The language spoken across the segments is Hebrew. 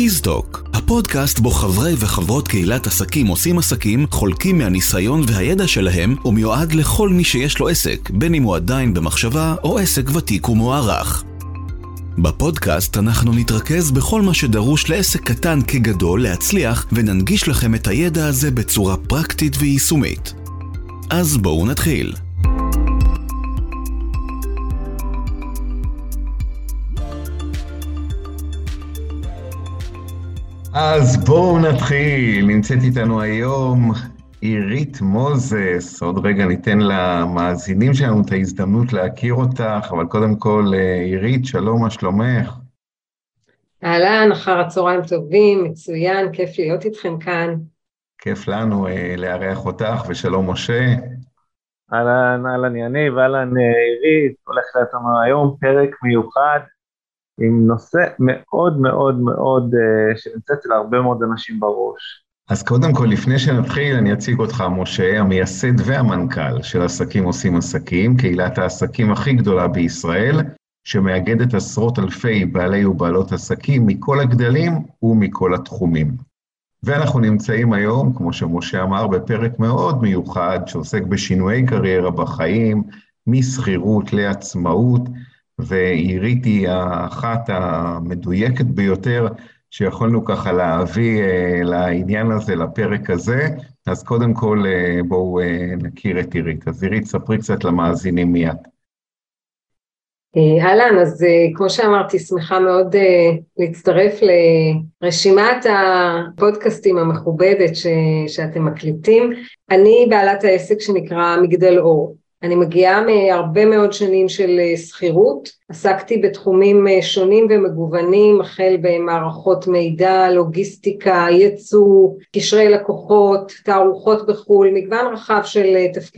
ביזדוק, הפודקאסט בו חברי וחברות קהילת עסקים עושים עסקים, חולקים מהניסיון והידע שלהם ומיועד לכל מי שיש לו עסק, בין אם הוא עדיין במחשבה או עסק ותיק ומוערך. בפודקאסט אנחנו נתרכז בכל מה שדרוש לעסק קטן כגדול להצליח וננגיש לכם את הידע הזה בצורה פרקטית ויישומית. אז בואו נתחיל. אז בואו נתחיל, נמצאת איתנו היום עירית מוזס, עוד רגע ניתן למאזינים שלנו את ההזדמנות להכיר אותך, אבל קודם כל עירית, שלום, מה שלומך? אהלן, אחר הצהריים טובים, מצוין, כיף להיות איתכם כאן. כיף לנו לארח אותך, ושלום משה. אהלן יניב, אהלן עירית, הולך לנו היום פרק מיוחד, עם נושא מאוד מאוד מאוד שנמצא אצל הרבה מאוד אנשים בראש. אז קודם כל, לפני שנתחיל, אני אציג אותך, משה, המייסד והמנכ"ל של עסקים עושים עסקים, קהילת העסקים הכי גדולה בישראל, שמאגדת עשרות אלפי בעלי ובעלות עסקים מכל הגדלים ומכל התחומים. ואנחנו נמצאים היום, כמו שמשה אמר, בפרק מאוד מיוחד, שעוסק בשינויי קריירה בחיים, מסחירות לעצמאות, ועירית היא האחת המדויקת ביותר שיכולנו ככה להביא לעניין הזה, לפרק הזה. אז קודם כל בואו נכיר את עירית. אז עירית, ספרי קצת למאזינים מיד. אהלן, אז כמו שאמרתי, שמחה מאוד להצטרף לרשימת הפודקאסטים המכובדת שאתם מקליטים. אני בעלת העסק שנקרא מגדל אור. אני מגיעה מהרבה מאוד שנים של שכירות, עסקתי בתחומים שונים ומגוונים, החל במערכות מידע, לוגיסטיקה, ייצוא, קשרי לקוחות, תערוכות בחול, מגוון רחב של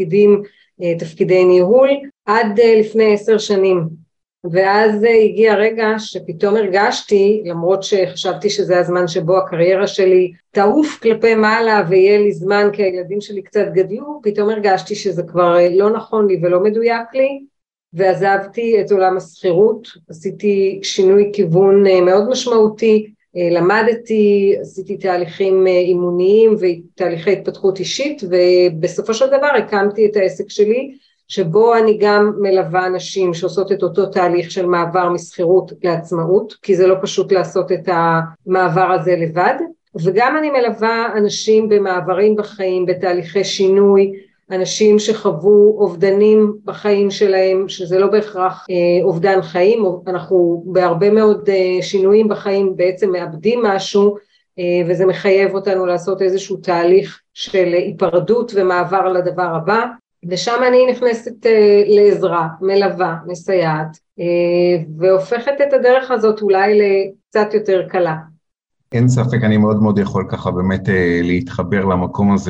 תפקידי ניהול, עד לפני 10 שנים. ואז הגיע רגע שפתאום הרגשתי, למרות שחשבתי שזה הזמן שבו הקריירה שלי תעוף כלפי מעלה ויהיה לי זמן כי הילדים שלי קצת גדלו, פתאום הרגשתי שזה כבר לא נכון לי ולא מדויק לי, ועזבתי את עולם השכירות, עשיתי שינוי כיוון מאוד משמעותי, למדתי, עשיתי תהליכים אימוניים ותהליכי התפתחות אישית, ובסופו של דבר הקמתי את העסק שלי, שבו אני גם מלווה אנשים שעושות את אותו תהליך של מעבר משכירות לעצמאות, כי זה לא פשוט לעשות את המעבר הזה לבד, וגם אני מלווה אנשים במעברים בחיים, בתהליכי שינוי, אנשים שחוו אובדנים בחיים שלהם, שזה לא בהכרח אובדן חיים, אנחנו בהרבה מאוד שינויים בחיים בעצם מאבדים משהו, וזה מחייב אותנו לעשות איזשהו תהליך של היפרדות ומעבר לדבר הבא, ושם אני נכנסת לעזרה, מלווה, מסייעת, והופכת את הדרך הזאת אולי לקצת יותר קלה. אין ספק, אני מאוד מאוד יכול ככה באמת להתחבר למקום הזה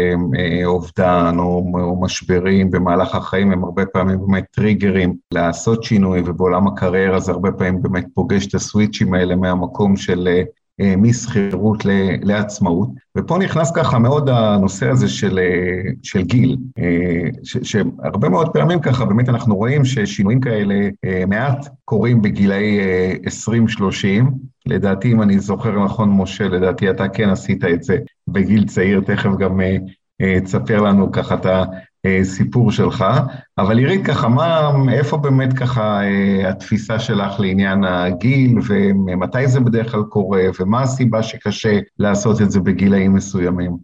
שאובדן או משברים במהלך החיים הם הרבה פעמים באמת טריגרים לעשות שינוי, ובעולם הקריירה זה הרבה פעמים באמת פוגש את הסוויצ'ים האלה מהמקום של מסחירות לעצמאות, ופה נכנס ככה מאוד הנושא הזה של גיל, שהרבה מאוד פעמים ככה באמת אנחנו רואים ששינויים כאלה מעט קורים בגילאי 20-30, לדעתי אם אני זוכר נכון משה, לדעתי אתה כן עשית את זה בגיל צעיר, תכף גם תספר לנו ככה את הסיפור שלך, אבל עירית ככה, איפה באמת ככה התפיסה שלך לעניין הגיל, ומתי זה בדרך כלל קורה, ומה הסיבה שקשה לעשות את זה בגילאים מסוימים?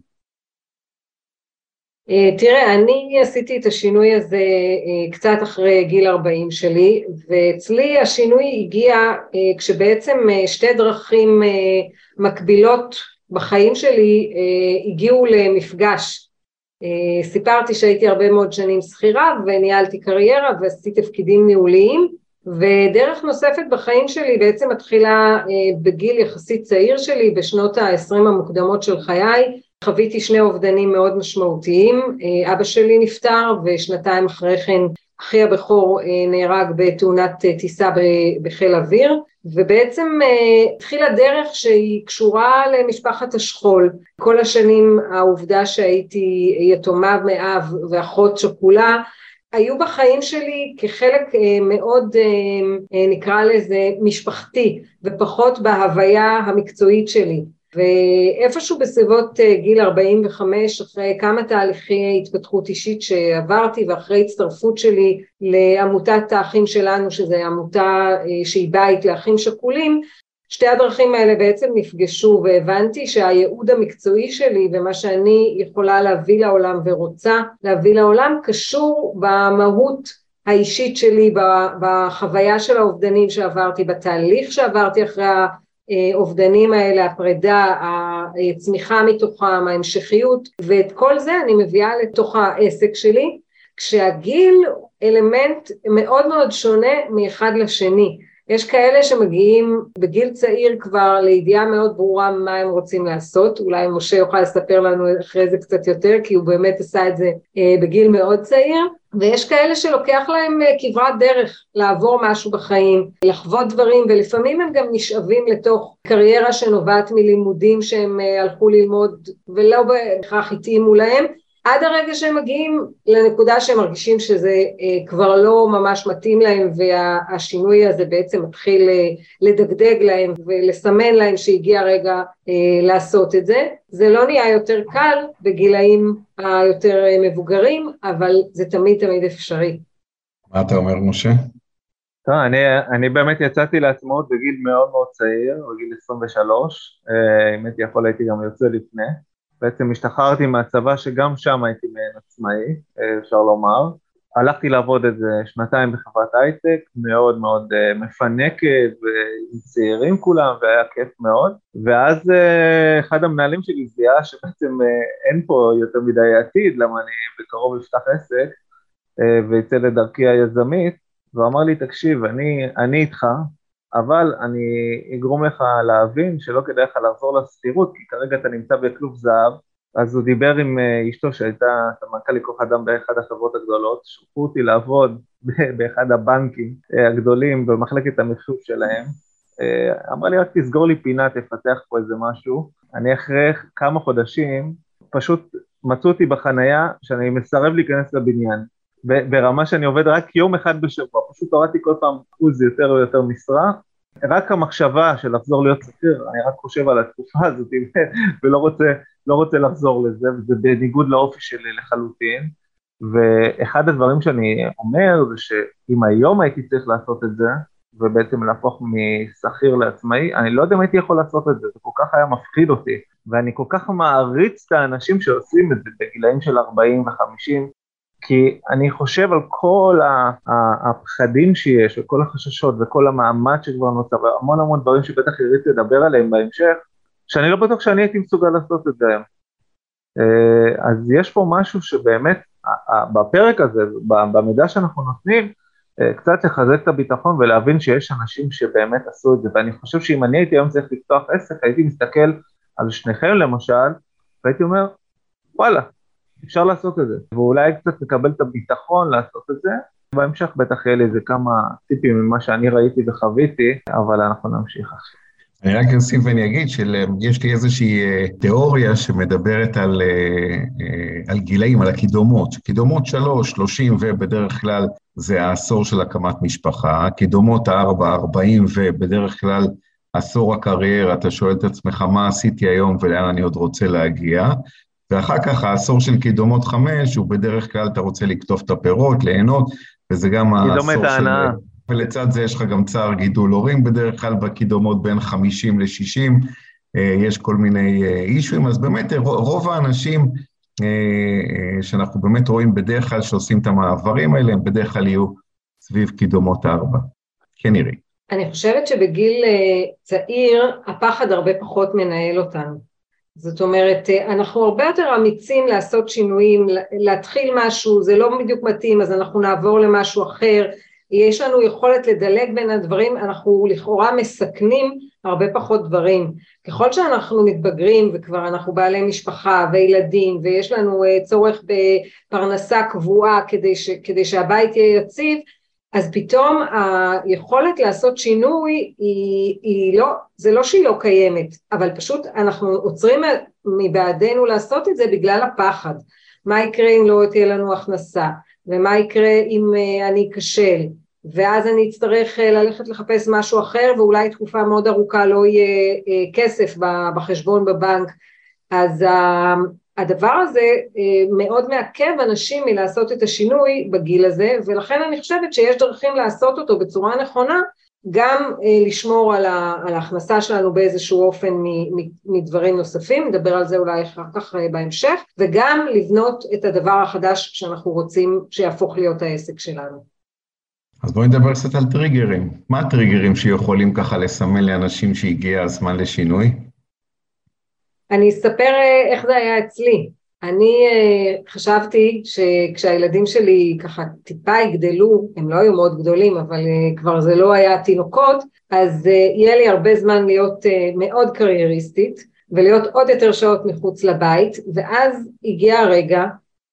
תראה, אני עשיתי את השינוי הזה קצת אחרי גיל 40 שלי, ואצלי השינוי הגיע כשבעצם שתי דרכים מקבילות בחיים שלי הגיעו למפגש. סיפרתי שהייתי הרבה מאוד שנים שכירה וניהלתי קריירה ועשיתי תפקידים ניהוליים, ודרך נוספת בחיים שלי בעצם מתחילה בגיל יחסית צעיר שלי, בשנות ה-20 המוקדמות של חיי, חוויתי 2 אובדנים מאוד משמעותיים, אבא שלי נפטר ושנתיים אחרי כן אחי הבכור נהרג בתאונת טיסה בחיל אוויר, ובעצם התחילה דרך שהיא קשורה למשפחת השכול. כל השנים העובדה שהייתי יתומה מאב ואחות שכולה היו בחיים שלי כחלק מאוד, נקרא לזה, משפחתי, ופחות בהוויה המקצועית שלי. ואיפשהו בסביבות גיל 45, אחרי כמה תהליכי התפתחות אישית שעברתי, ואחרי הצטרפות שלי לעמותת האחים שלנו, שזו עמותה שהיא בית לאחים שכולים, שתי הדרכים האלה בעצם נפגשו, והבנתי שהייעוד המקצועי שלי ומה שאני יכולה להביא לעולם ורוצה להביא לעולם קשור במהות האישית שלי, בחוויה של האובדנים שעברתי, בתהליך שעברתי אחרי האובדנים האלה, הפרידה, הצמיחה מתוכם, ההמשכיות, ואת כל זה אני מביאה לתוך העסק שלי, כשהגיל אלמנט מאוד מאוד שונה מאחד לשני. יש כאלה שמגיעים בגיל צעיר כבר לידיעה מאוד ברורה מה הם רוצים לעשות, אולי משה יוכל לספר לנו אחרי זה קצת יותר, כי הוא באמת עשה את זה בגיל מאוד צעיר, ויש כאלה שלוקח להם כברת דרך לעבור משהו בחיים, לחוות דברים, ולפעמים הם גם נשאבים לתוך קריירה שנובעת מלימודים שהם הלכו ללמוד ולא בהכרח התאימו להם, עד הרגע שהם מגיעים לנקודה שהם מרגישים שזה כבר לא ממש מתאים להם, והשינוי הזה בעצם מתחיל לדגדג להם ולסמן להם שהגיע רגע לעשות את זה. זה לא נהיה יותר קל בגילאים היותר מבוגרים, אבל זה תמיד אפשרי. מה אתה אומר, משה? טוב, אני באמת יצאתי לעצמאות בגיל מאוד מאוד צעיר, בגיל 23, אם הייתי יכול הייתי גם יוצא לפני. בעצם השתחררתי מהצבא שגם שם הייתי מעין עצמאי, אפשר לומר. הלכתי לעבוד איזה 2 בחברת הייטק, מאוד מאוד מפנקת, ועם צעירים כולם, והיה כיף מאוד. ואז אחד המנהלים שלי זיהה שבעצם אין פה יותר מדי עתיד, למה אני בקרוב אפתח עסק, ויצא לדרכי היזמית, והוא אמר לי, תקשיב, אני איתך, אבל אני אגרום לך להבין שלא כדאי לך לחזור לסחירות, כי כרגע אתה נמצא בכלוב זהב. אז הוא דיבר עם אשתו שהייתה סמנכ"ל כוח אדם באחד החברות הגדולות, שלחו אותי לעבוד באחד הבנקים הגדולים במחלקת המחשוב שלהם, אמרה לי רק תסגור לי פינה, תפתח פה איזה משהו. אני אחרי כמה חודשים פשוט מצאו אותי בחנייה שאני מסרב להיכנס לבניין, ברמה שאני עובד רק יום אחד בשבוע, פשוט הורדתי כל פעם אחוז יותר ויותר משרה, רק המחשבה של לחזור להיות שכיר, אני רק חושב על התקופה הזאת, ולא רוצה לחזור לזה, וזה בניגוד לאופי שלי לחלוטין, ואחד הדברים שאני אומר, זה שאם היום הייתי צריך לעשות את זה, ובעצם להפוך משכיר לעצמאי, אני לא יודע אם הייתי יכול לעשות את זה, זה כל כך היה מפחיד אותי, ואני כל כך מעריץ את האנשים שעושים את זה, בגילאים של 40 ו-50, כי אני חושב על כל הפחדים שיש, וכל החששות, וכל המאמץ שכבר נוצר, והמון דברים שבטח יריץ לדבר עליהם בהמשך, שאני לא בטוח שאני הייתי מסוגל לעשות את זה היום. אז יש פה משהו שבאמת, בפרק הזה, במידע שאנחנו נותנים, קצת לחזק את הביטחון, ולהבין שיש אנשים שבאמת עשו את זה, ואני חושב שאם אני הייתי היום צריך לפתוח עסק, הייתי מסתכל על שניכם למשל, והייתי אומר, וואלה, אפשר לעשות את זה, ואולי קצת לקבל את הביטחון לעשות את זה, בהמשך בטח יהיה לי איזה כמה טיפים ממה שאני ראיתי וחוויתי, אבל אנחנו נמשיך עכשיו. אני רק אוסיף ואני אגיד שיש לי איזושהי תיאוריה שמדברת על גילאים, על הקידומות, קידומות 3, 30 ובדרך כלל זה העשור של הקמת משפחה, קידומות 4, 40 ובדרך כלל עשור הקריירה, אתה שואל את עצמך מה עשיתי היום ולאן אני עוד רוצה להגיע, ואחר כך העשור של קידומות 5, הוא בדרך כלל אתה רוצה לקטוף את הפירות, ליהנות, וזה גם העשור של... ולצד זה יש לך גם צער גידול הורים, בדרך כלל בקידומות בין 50 ל-60, יש כל מיני אישויים, אז באמת רוב האנשים שאנחנו באמת רואים בדרך כלל שעושים את המעברים האלה, הם בדרך כלל יהיו סביב קידומות 4. כן, נראה. אני חושבת שבגיל צעיר, הפחד הרבה פחות מנהל אותנו. זאת אומרת, אנחנו הרבה יותר אמיצים לעשות שינויים, להתחיל משהו, זה לא בדיוק מתאים, אז אנחנו נעבור למשהו אחר, יש לנו יכולת לדלג בין הדברים, אנחנו לכאורה מסכנים הרבה פחות דברים. ככל שאנחנו מתבגרים וכבר אנחנו בעלי משפחה וילדים, ויש לנו צורך בפרנסה קבועה כדי שהבית יהיה יציב, אז פתאום היכולת לעשות שינוי היא לא, זה לא שהיא לא קיימת, אבל פשוט אנחנו עוצרים מבעדנו לעשות את זה בגלל הפחד. מה יקרה אם לא תהיה לנו הכנסה? ומה יקרה אם אני אכשל, ואז אני אצטרך ללכת לחפש משהו אחר, ואולי תקופה מאוד ארוכה לא יהיה כסף בחשבון בבנק. אז הדבר הזה מאוד מעכב אנשים מלעשות את השינוי בגיל הזה, ולכן אני חושבת שיש דרכים לעשות אותו בצורה נכונה, גם לשמור על ההכנסה שלנו באיזשהו אופן מדברים נוספים, נדבר על זה אולי אחר כך בהמשך, וגם לבנות את הדבר החדש שאנחנו רוצים שיהפוך להיות העסק שלנו. אז בואי נדבר קצת על טריגרים. מה הטריגרים שיכולים ככה לסמן לאנשים שהגיע הזמן לשינוי? אני אספר איך זה היה אצלי. אני חשבתי שכשהילדים שלי ככה טיפה יגדלו, הם לא היו מאוד גדולים, אבל כבר זה לא היה תינוקות, אז יהיה לי הרבה זמן להיות מאוד קרייריסטית, ולהיות עוד יותר שעות מחוץ לבית, ואז הגיע הרגע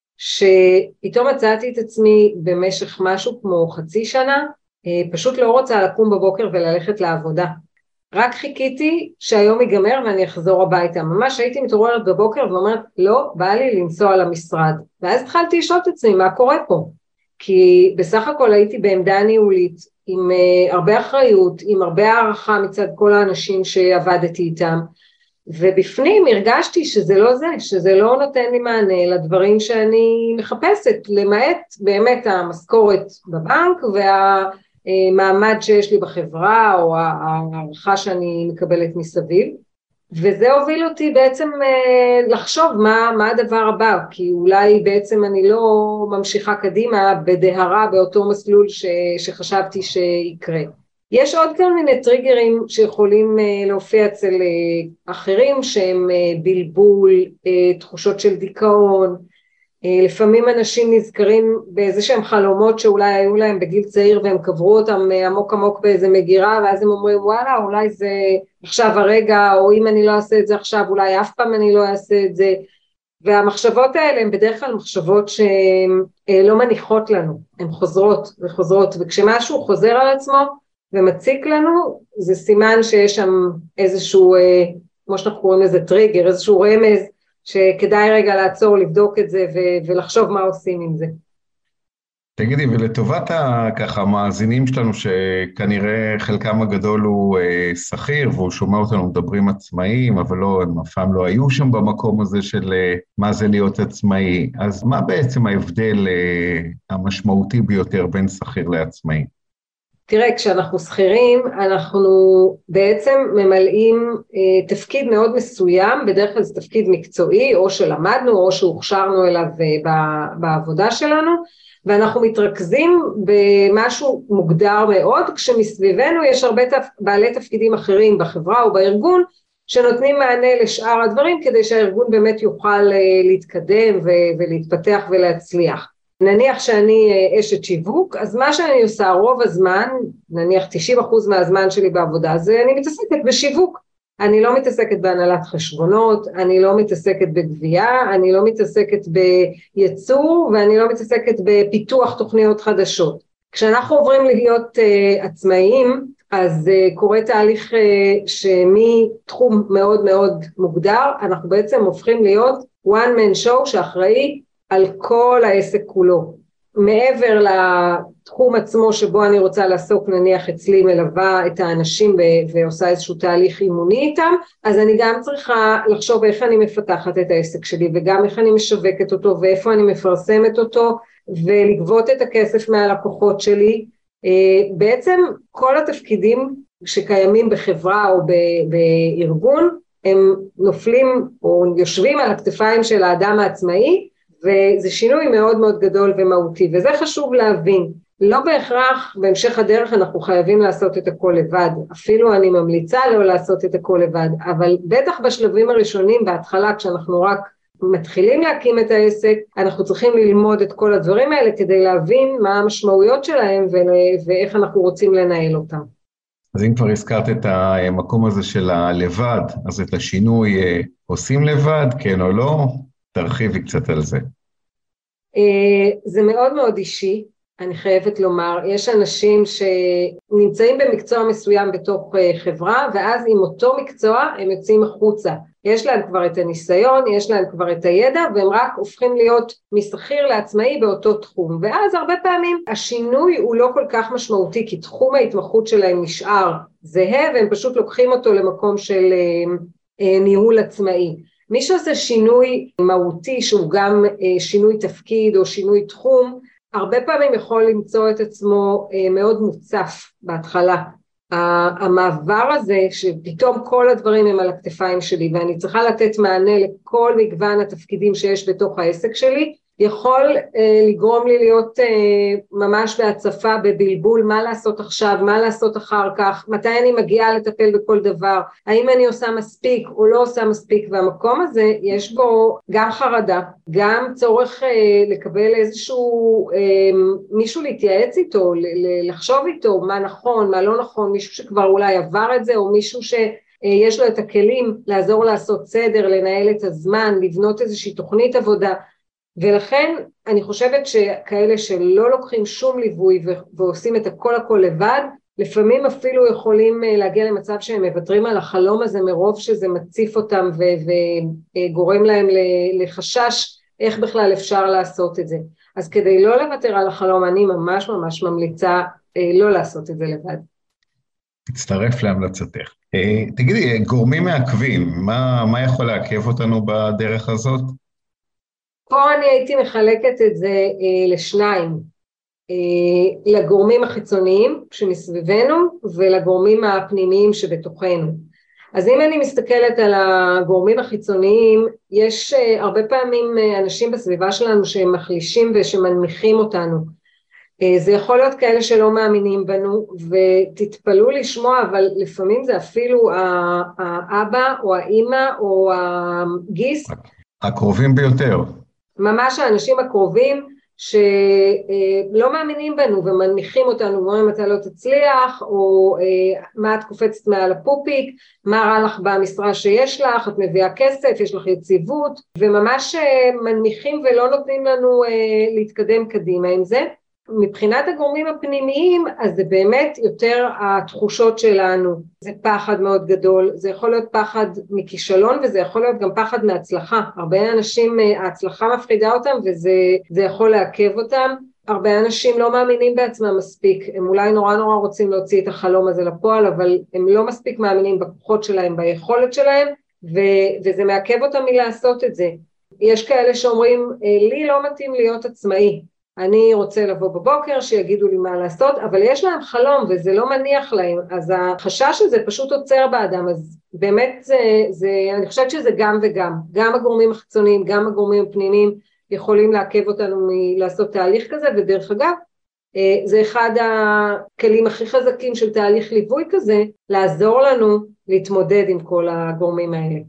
שפתאום מצאתי את עצמי במשך משהו כמו חצי שנה, פשוט לא רוצה לקום בבוקר וללכת לעבודה. רק חיכיתי שהיום ייגמר ואני אחזור הביתה. ממש הייתי מתעוררת בבוקר ואומרת, לא, בא לי לנסוע למשרד. ואז התחלתי לשאול את עצמי, מה קורה פה? כי בסך הכל הייתי בעמדה ניהולית, עם הרבה אחריות, עם הרבה הערכה מצד כל האנשים שעבדתי איתם, ובפנים הרגשתי שזה לא זה, שזה לא נותן לי מענה לדברים שאני מחפשת, למעט באמת המשכורת בבנק והמעמד שיש לי בחברה או הערכה שאני מקבלת מסביב, וזה הוביל אותי בעצם לחשוב מה הדבר הבא, כי אולי בעצם אני לא ממשיכה קדימה בדהרה באותו מסלול שחשבתי שיקרה. יש עוד כל מיני טריגרים שיכולים להופיע אצל אחרים שהם בלבול, תחושות של דיכאון, לפעמים אנשים נזכרים באיזה שהם חלומות שאולי היו להם בגיל צעיר והם קברו אותם עמוק עמוק באיזה מגירה, ואז הם אומרים וואלה אולי זה עכשיו הרגע, או אם אני לא אעשה את זה עכשיו אולי אף פעם אני לא אעשה את זה, והמחשבות האלה הן בדרך כלל מחשבות שהן לא מניחות לנו, הן חוזרות וחוזרות, וכשמשהו חוזר על עצמו ומציק לנו, זה סימן שיש שם איזשהו, כמו שאנחנו קוראים לזה טריגר, איזשהו רמז, שכדאי רגע לעצור, לבדוק את זה, ולחשוב מה עושים עם זה. תגידי, ולטובת ככה המאזינים שלנו, שכנראה חלקם הגדול הוא שכיר, והוא שומע אותנו מדברים עצמאיים, אבל לא, הם אף פעם לא היו שם במקום הזה של מה זה להיות עצמאי, אז מה בעצם ההבדל המשמעותי ביותר בין שכיר לעצמאי? תראה, כשאנחנו שכירים, אנחנו בעצם ממלאים תפקיד מאוד מסוים, בדרך כלל זה תפקיד מקצועי, או שלמדנו, או שהוכשרנו אליו בעבודה שלנו, ואנחנו מתרכזים במשהו מוגדר מאוד, כשמסביבנו יש הרבה בעלי תפקידים אחרים בחברה או בארגון, שנותנים מענה לשאר הדברים, כדי שהארגון באמת יוכל להתקדם ולהתפתח ולהצליח. נניח שאני אשת שיווק, אז מה שאני עושה רוב הזמן, נניח 90% מהזמן שלי בעבודה, זה אני מתעסקת בשיווק. אני לא מתעסקת בהנהלת חשבונות, אני לא מתעסקת בגבייה, אני לא מתעסקת בייצור, ואני לא מתעסקת בפיתוח תוכניות חדשות. כשאנחנו עוברים להיות עצמאיים, אז קורה תהליך שמתחום מאוד מאוד מוגדר, אנחנו בעצם הופכים להיות one man show שאחראי על כל העסק כולו. מעבר לתחום עצמו שבו אני רוצה לעסוק, נניח אצלי מלווה את האנשים ועושה איזשהו תהליך אימוני איתם, אז אני גם צריכה לחשוב איך אני מפתחת את העסק שלי, וגם איך אני משווקת אותו, ואיפה אני מפרסמת אותו, ולגבות את הכסף מהלקוחות שלי. בעצם כל התפקידים שקיימים בחברה או בארגון, הם נופלים או יושבים על הכתפיים של האדם העצמאי, וזה שינוי מאוד מאוד גדול ומהותי, וזה חשוב להבין. לא בהכרח בהמשך הדרך אנחנו חייבים לעשות את הכל לבד, אפילו אני ממליצה לא לעשות את הכל לבד, אבל בטח בשלבים הראשונים, בהתחלה כשאנחנו רק מתחילים להקים את העסק, אנחנו צריכים ללמוד את כל הדברים האלה, כדי להבין מה המשמעויות שלהם ואיך אנחנו רוצים לנהל אותם. אז אם כבר הזכרת את המקום הזה של הלבד, אז את השינוי עושים לבד, כן או לא? תרחיבי קצת על זה. זה מאוד מאוד אישי, אני חייבת לומר, יש אנשים שנמצאים במקצוע מסוים בתוך חברה, ואז עם אותו מקצוע הם יוצאים החוצה. יש להם כבר את הניסיון, יש להם כבר את הידע, והם רק הופכים להיות משכיר לעצמאי באותו תחום. ואז הרבה פעמים השינוי הוא לא כל כך משמעותי, כי תחום ההתמחות שלהם נשאר זהה, והם פשוט לוקחים אותו למקום של ניהול עצמאי. מי שעושה שינוי מהותי, שהוא גם שינוי תפקיד או שינוי תחום, הרבה פעמים יכול למצוא את עצמו מאוד מוצף בהתחלה. המעבר הזה שפתאום כל הדברים הם על הכתפיים שלי ואני צריכה לתת מענה לכל מגוון התפקידים שיש בתוך העסק שלי, יכול לגרום לי להיות ממש בהצפה, בבלבול, מה לעשות עכשיו, מה לעשות אחר כך, מתי אני מגיעה לטפל בכל דבר, האם אני עושה מספיק או לא עושה מספיק, והמקום הזה יש בו גם חרדה, גם צורך לקבל איזשהו מישהו להתייעץ איתו, לחשוב איתו מה נכון, מה לא נכון, מישהו שכבר אולי עבר את זה, או מישהו שיש לו את הכלים לעזור לעשות סדר, לנהל את הזמן, לבנות איזושהי תוכנית עבודה, ולכן אני חושבת שכאלה שלא לוקחים שום ליווי ועושים את הכל לבד, לפעמים אפילו יכולים להגיע למצב שהם מוותרים על החלום הזה מרוב שזה מציף אותם וגורם להם לחשש איך בכלל אפשר לעשות את זה. אז כדי לא לוותר על החלום, אני ממש ממליצה לא לעשות את זה לבד. תצטרף להמלצתך. תגידי, גורמים מעכבים, מה יכול לעכב אותנו בדרך הזאת? פה אני הייתי מחלקת את זה לשניים, לגורמים החיצוניים שמסביבנו ולגורמים הפנימיים שבתוכנו. אז אם אני מסתכלת על הגורמים החיצוניים, יש הרבה פעמים אנשים בסביבה שלנו שהם מחלישים ושמנמיכים אותנו. זה יכול להיות כאלה שלא מאמינים בנו, ותתפלאו לשמוע, אבל לפעמים זה אפילו האבא או האמא או הגיס. הקרובים ביותר. ממש האנשים הקרובים שלא מאמינים בנו ומנמיכים אותנו, אומרים אתה לא תצליח, או מה את קופצת מעל הפופיק, מה רע לך במשרה שיש לך, את מביאה כסף, יש לך יציבות, וממש מנמיכים ולא נותנים לנו להתקדם קדימה עם זה. מבחינת הגורמים הפנימיים, אז זה באמת יותר התחושות שלנו, זה פחד מאוד גדול, זה יכול להיות פחד מכישלון, וזה יכול להיות גם פחד מהצלחה, הרבה אנשים ההצלחה מפחידה אותם, וזה יכול לעכב אותם, הרבה אנשים לא מאמינים בעצמם מספיק, הם אולי נורא רוצים להוציא את החלום הזה לפועל, אבל הם לא מספיק מאמינים בכוחות שלהם, ביכולת שלהם, וזה מעכב אותם מלעשות את זה. יש כאלה שאומרים, לי לא מתאים להיות עצמאי, אני רוצה לבוא בבוקר, שיגידו לי מה לעשות, אבל יש להם חלום וזה לא מניח להם, אז החשש הזה פשוט עוצר באדם, אז באמת אני חושבת שזה גם וגם, גם הגורמים החיצוניים, גם הגורמים הפנימיים, יכולים לעכב אותנו מלעשות תהליך כזה, ודרך אגב, זה אחד הכלים הכי חזקים של תהליך ליווי כזה, לעזור לנו להתמודד עם כל הגורמים האלה.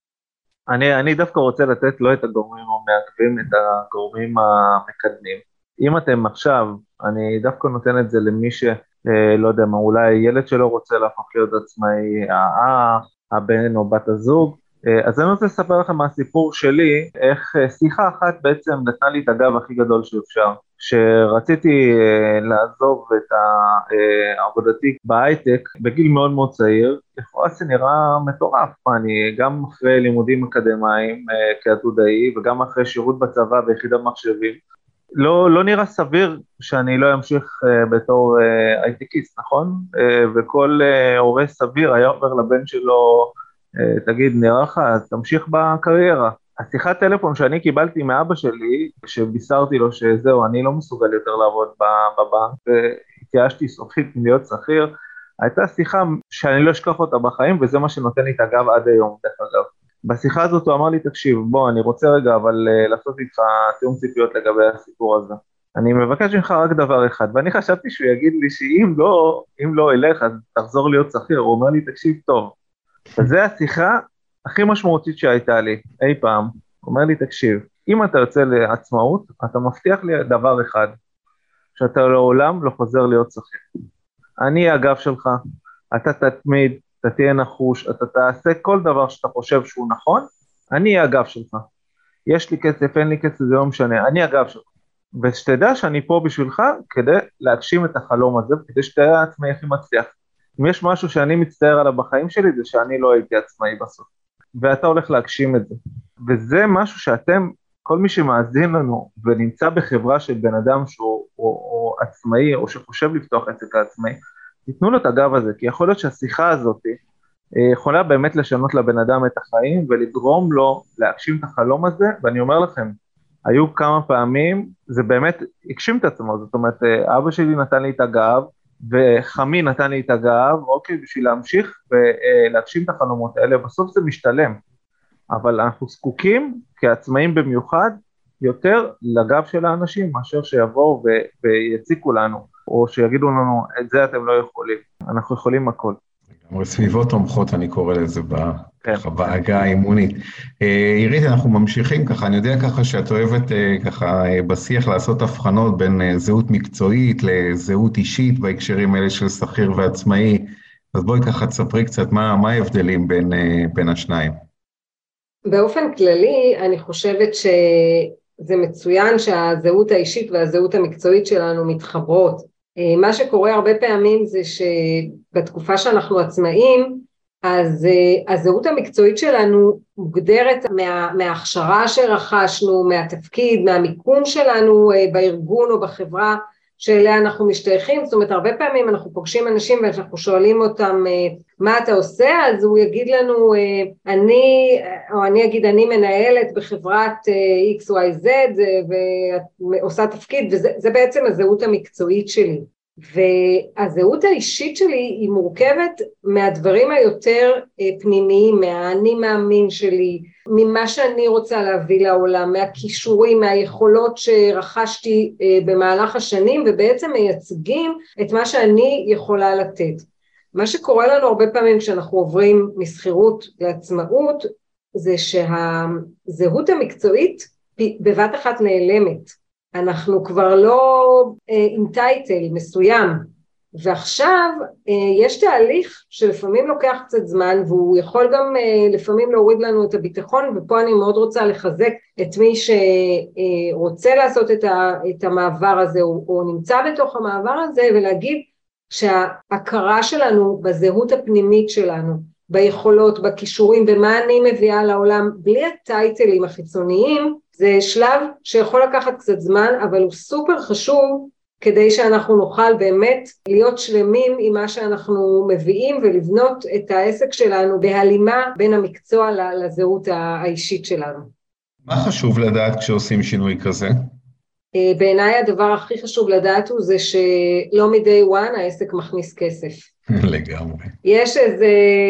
אני דווקא רוצה לתת לא את הגורמים המעכבים, את הגורמים המקדמים. אם אתם עכשיו, אני דווקא נותן את זה למי שלא יודע מה, אולי ילד שלא רוצה להפוך להיות עצמאי, הבן או בת הזוג, אז אני רוצה לספר לכם מהסיפור שלי, איך שיחה אחת בעצם נתנה לי את הגב הכי גדול שאפשר, שרציתי לעזוב את עבודתי בהייטק בגיל מאוד צעיר, לכאורה זה נראה מטורף, אני גם אחרי לימודים אקדמיים כעתודאי, וגם אחרי שירות בצבא ביחידת מחשבים, לא נראה סביר שאני לא אמשיך בתור הייטקיסט, נכון? וכל הורה סביר היה אומר לבן שלו, תגיד, נראה לך, תמשיך בקריירה. השיחת טלפון שאני קיבלתי מאבא שלי, שבישרתי לו שזהו, אני לא מסוגל יותר לעבוד בבנק, והתייאשתי סופית להיות שכיר, הייתה שיחה שאני לא אשכח אותה בחיים, וזה מה שנותן לי את הגב עד היום, דרך אגב. בשיחה הזאת הוא אמר לי, תקשיב, בוא, אני רוצה רגע, אבל לעשות איתך תיאום ציפיות לגבי הסיפור הזה. אני מבקש ממך רק דבר אחד, ואני חשבתי שהוא יגיד לי שאם לא אלך, אז תחזור להיות שכיר. הוא אומר לי, תקשיב טוב. וזו השיחה הכי משמעותית שהייתה לי אי פעם. הוא אומר לי, תקשיב, אם אתה יוצא לעצמאות, אתה מבטיח לי דבר אחד, שאתה לעולם לא חוזר להיות שכיר. אני הגב שלך, אתה תתמיד, אתה תהיה נחוש, אתה תעשה כל דבר שאתה חושב שהוא נכון, אני אהיה הגב שלך. יש לי כסף, אין לי כסף, זה לא משנה, אני הגב שלך. ושתדע שאני פה בשבילך כדי להגשים את החלום הזה, וכדי שתהיה עצמאי הכי מצליח. אם יש משהו שאני מצטער עליו בחיים שלי, זה שאני לא הייתי עצמאי בסוף, ואתה הולך להגשים את זה. וזה משהו שאתם, כל מי שמאזין לנו, ונמצא בחברה של בן אדם שהוא או עצמאי, או שחושב לפתוח עסק העצמאי, תיתנו לו את הגב הזה, כי יכול להיות שהשיחה הזאת יכולה באמת לשנות לבן אדם את החיים, ולגרום לו להגשים את החלום הזה, ואני אומר לכם, היו כמה פעמים, זה באמת הגשים את עצמו, זאת אומרת, אבא שלי נתן לי את הגב, וחמי נתן לי את הגב, אוקיי, בשביל להמשיך ולהגשים את החלומות האלה, בסוף זה משתלם, אבל אנחנו זקוקים, כעצמאים במיוחד, יותר לגב של האנשים, מאשר שיבואו ויציקו לנו, או שיגידו לנו, את זה אתם לא יכולים, אנחנו יכולים הכל. סביבות תומכות, אני קורא לזה בעגה האימונית. עירית, אנחנו ממשיכים ככה, אני יודע ככה שאת אוהבת ככה בשיח לעשות הבחנות בין זהות מקצועית לזהות אישית בהקשרים האלה של שכיר ועצמאי, אז בואי ככה תספרי קצת מה ההבדלים בין השניים. באופן כללי, אני חושבת שזה מצוין שהזהות האישית והזהות המקצועית שלנו מתחברות. מה שקורה הרבה פעמים זה שבתקופה שאנחנו עצמאים, אז הזהות המקצועית שלנו מוגדרת מההכשרה שרכשנו, מהתפקיד, מהמיקום שלנו בארגון או בחברה שאליה אנחנו משתייכים. זאת אומרת, הרבה פעמים אנחנו פוגשים אנשים ואנחנו שואלים אותם, מה אתה עושה? אז הוא יגיד לנו, אני אגיד, אני מנהלת בחברת XYZ ועושה תפקיד, וזה בעצם הזהות המקצועית שלי. והזהות האישית שלי היא מורכבת מהדברים היותר פנימיים, מהאני מאמין שלי, ממה שאני רוצה להביא לעולם, מהכישורים, מהיכולות שרכשתי במהלך השנים, ובעצם מייצגים את מה שאני יכולה לתת. מה שקורה לנו הרבה פעמים כשאנחנו עוברים מסחירות לעצמאות, זה שהזהות המקצועית בבת אחת נעלמת. אנחנו כבר לא עם טייטל מסוים, ועכשיו יש תהליך שלפעמים לוקח קצת זמן, והוא יכול גם לפעמים להוריד לנו את הביטחון, ופה אני מאוד רוצה לחזק את מי שרוצה לעשות את המעבר הזה, או נמצא בתוך המעבר הזה, ולהגיד שההכרה שלנו בזהות הפנימית שלנו, ביכולות, בכישורים, ומה אני מביאה לעולם, בלי הטייטלים החיצוניים, זה שלב שיכול לקחת קצת זמן, אבל הוא סופר חשוב, כדי שאנחנו נוכל באמת להיות שלמים עם מה שאנחנו מביאים, ולבנות את העסק שלנו בהלימה בין המקצוע לזהות האישית שלנו. מה חשוב לדעת כשעושים שינוי כזה? בעיניי הדבר הכי חשוב לדעת הוא זה שלא מ-day one העסק מכניס כסף. לגמרי. יש איזה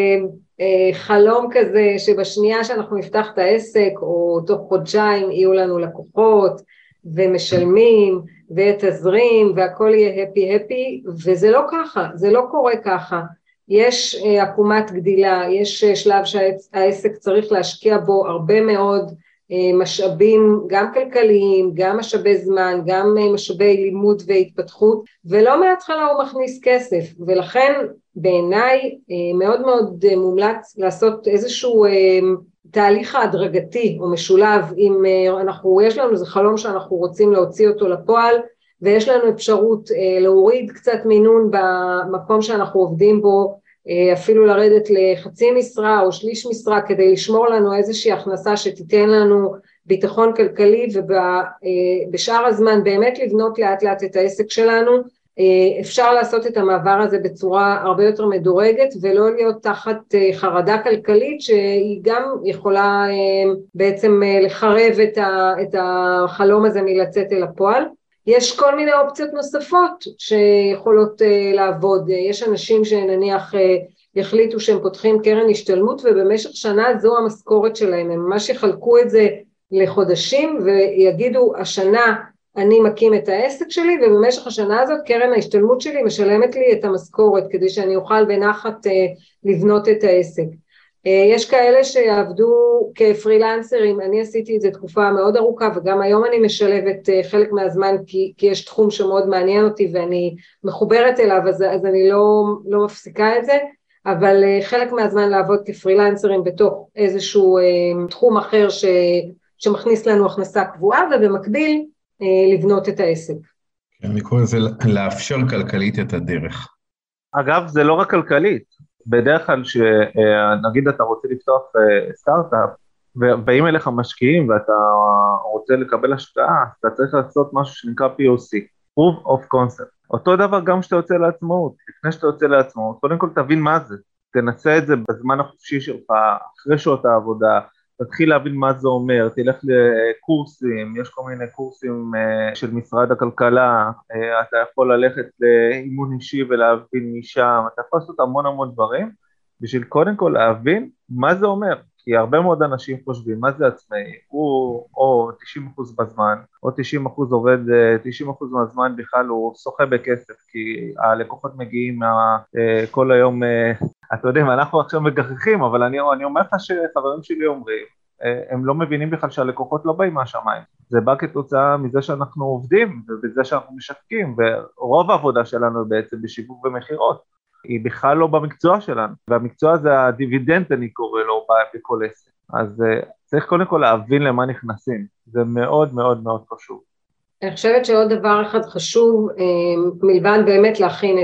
חלום כזה שבשנייה שאנחנו נפתח את העסק, או תוך חודשיים יהיו לנו לקוחות ומשלמים ותזרים והכל יהיה הפי, וזה לא ככה, זה לא קורה ככה. יש עקומת גדילה, יש שלב שהעסק צריך להשקיע בו הרבה מאוד משאבים, גם כלכליים, גם משאבי זמן, גם משאבי לימוד והתפתחות, ולא מההתחלה הוא מכניס כסף, ולכן בעיניי מאוד מאוד מומלץ לעשות איזשהו תהליך ההדרגתי או משולב, אם יש לנו איזה חלום שאנחנו רוצים להוציא אותו לפועל, ויש לנו אפשרות להוריד קצת מינון במקום שאנחנו עובדים בו, אפילו לרדת לחצי משרה או שליש משרה, כדי לשמור לנו איזושהי הכנסה שתיתן לנו ביטחון כלכלי, ובשאר הזמן באמת לבנות לאט לאט את העסק שלנו. אפשר לעשות את המעבר הזה בצורה הרבה יותר מדורגת, ולא להיות תחת חרדה כלכלית, שהיא גם יכולה בעצם לחרב את החלום הזה מלצאת אל הפועל. יש כל מיני אופציות נוספות שיכולות לעבוד. יש אנשים שנניח יחליטו שהם פותחים קרן השתלמות, ובמשך שנה זו המשכורת שלהם, הם ממש יחלקו את זה לחודשים, ויגידו השנה אני מקים את העסק שלי, ובמשך השנה הזאת קרן ההשתלמות שלי משלמת לי את המשכורת, כדי שאני אוכל בנחת לבנות את העסק. יש כאלה שעבדו כפרילנסרים, אני עשיתי את זה תקופה מאוד ארוכה, וגם היום אני משלבת חלק מהזמן, כי יש תחום שמאוד מעניין אותי, ואני מחוברת אליו, אז אני לא מפסיקה את זה, אבל חלק מהזמן לעבוד כפרילנסרים בתוך איזשהו תחום אחר שמכניס לנו הכנסה קבועה, ובמקביל לבנות את העסק. אני קורא לזה לאפשר כלכלית את הדרך. אגב, זה לא רק כלכלית, בדרך כלל שנגיד אתה רוצה לפתוח סטארט-אפ, ובאים אליך משקיעים ואתה רוצה לקבל השקעה, אתה צריך לעשות משהו שנקרא POC, Proof of Concept. אותו דבר גם שאתה יוצא לעצמאות, לפני שאתה יוצא לעצמאות, קודם כל תבין מה זה, תנסה את זה בזמן החופשי שלך, אחרי שעות העבודה, תתחיל להבין מה זה אומר, תלך לקורסים, יש כל מיני קורסים של משרד הכלכלה, אתה יכול ללכת לאימון אישי ולהבין משם, אתה יכול לעשות המון דברים, בשביל קודם כל להבין מה זה אומר, כי הרבה מאוד אנשים חושבים, מה זה עצמאי, הוא או 90% בזמן, או 90% עובד, 90% מהזמן בכלל הוא שוחה בכסף, כי הלקוחות מגיעים כל היום, אתה יודע, אנחנו עכשיו מגחכים, אבל אני אומר לך שחברים שלי אומרים, הם לא מבינים בכלל שהלקוחות לא באים מהשמיים, זה בא כתוצאה מזה שאנחנו עובדים, ובזה שאנחנו משקים, ורוב העבודה שלנו בעצם בשיווק ומחירות, היא בכלל לא במקצוע שלנו, והמקצוע זה הדיבידנד אני קורא לו בכל עסק, אז צריך קודם כל להבין למה נכנסים, זה מאוד חשוב. אני חושבת שעוד דבר אחד חשוב, מלבד באמת להכין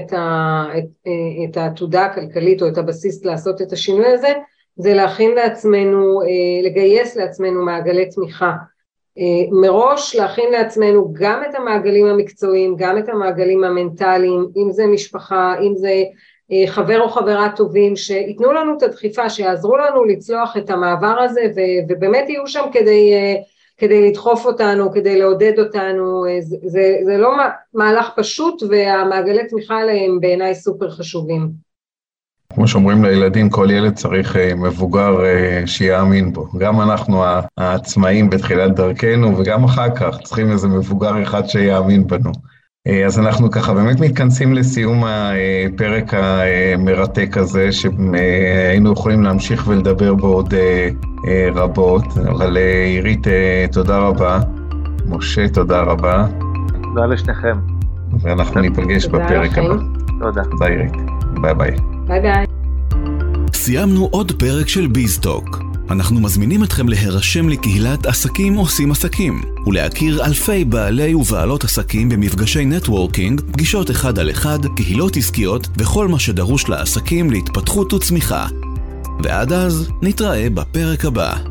את העתודה הכלכלית או את הבסיס לעשות את השינוי הזה, זה להכין לעצמנו, לגייס לעצמנו מעגלי תמיכה, מראש להכין לעצמנו גם את המעגלים המקצועיים, גם את המעגלים המנטליים, אם זה משפחה, אם זה חבר או חברה טובים, שיתנו לנו את הדחיפה, שיעזרו לנו לצלוח את המעבר הזה, ובאמת יהיו שם כדי לדחוף אותנו, כדי לעודד אותנו, זה לא מהלך פשוט, והמעגלי תמיכה עליהם בעיניי סופר חשובים. כמו שאומרים לילדים, כל ילד צריך מבוגר שיאמין בו. גם אנחנו העצמאים בתחילת דרכנו, וגם אחר כך צריכים איזה מבוגר אחד שיאמין בנו. אז אנחנו ככה באמת מתכנסים לסיום הפרק המרתק הזה, שהיינו יכולים להמשיך ולדבר בו עוד רבות, אבל עירית, תודה רבה. משה, תודה רבה. תודה לשניכם. ואנחנו ניפגש בפרק הבא. תודה. תודה עירית. ביי ביי. ביי ביי. סיימנו עוד פרק של ביזטוק. אנחנו מזמינים אתכם להירשם לקהילת עסקים עושים עסקים, ולהכיר אלפי בעלי ובעלות עסקים במפגשי נטוורקינג, פגישות אחד על אחד, קהילות עסקיות וכל מה שדרוש לעסקים להתפתחות וצמיחה. ועד אז נתראה בפרק הבא.